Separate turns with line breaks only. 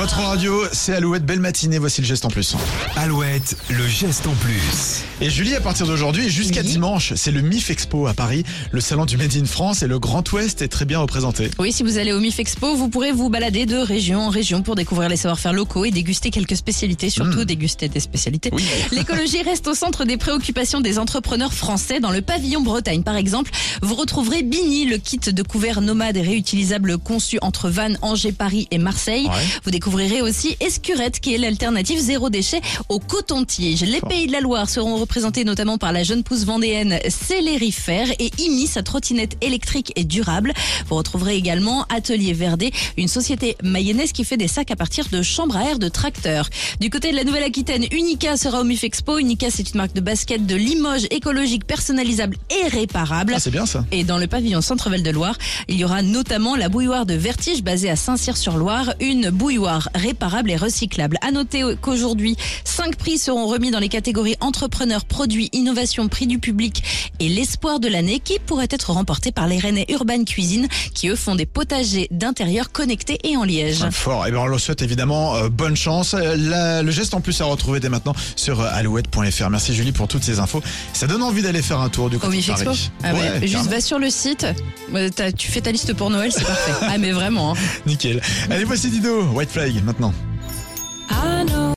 Votre radio, c'est Alouette, belle matinée, voici le geste en plus.
Alouette, le geste en plus.
Et Julie, à partir d'aujourd'hui et jusqu'à dimanche, c'est le MIF Expo à Paris, le salon du Made in France, et le Grand Ouest est très bien représenté.
Oui, si vous allez au MIF Expo, vous pourrez vous balader de région en région pour découvrir les savoir-faire locaux et déguster quelques spécialités, surtout déguster des spécialités.
Oui.
L'écologie reste au centre des préoccupations des entrepreneurs français. Dans le pavillon Bretagne, par exemple, vous retrouverez Bini, le kit de couverts nomades et réutilisables conçu entre Vannes, Angers, Paris et Marseille.
Ouais.
Vous découvrirez aussi Escurette, qui est l'alternative zéro déchet au coton-tige. Les Pays de la Loire seront représentés notamment par la jeune pousse vendéenne Célérifère et IMI, sa trottinette électrique et durable. Vous retrouverez également Atelier Verdé, une société mayonnaise qui fait des sacs à partir de chambres à air de tracteurs. Du côté de la Nouvelle-Aquitaine, Unica sera au MIF Expo. Unica, c'est une marque de basket de Limoges, écologique, personnalisable et réparable.
Ah, c'est bien ça.
Et dans le pavillon Centre-Val de Loire, il y aura notamment la bouilloire de Vertige basée à Saint-Cyr-sur-Loire, une bouilloire réparable et recyclable. À noter qu'aujourd'hui, 5 prix seront remis dans les catégories entrepreneurs, produits, innovation, prix du public et l'espoir de l'année, qui pourrait être remporté par les Rennais Urban Cuisine, qui eux font des potagers d'intérieur connectés et en liège.
Fort. Et bien on leur souhaite évidemment bonne chance. Le geste en plus à retrouver dès maintenant sur alouette.fr. Merci Julie pour toutes ces infos. Ça donne envie d'aller faire un tour du
Au
côté
MIF
de
Expo.
Paris.
Ah ouais, juste
carrément.
va sur le site, tu fais ta liste pour Noël, c'est parfait. Ah mais vraiment.
Nickel. Allez, voici Dido, White Flag maintenant.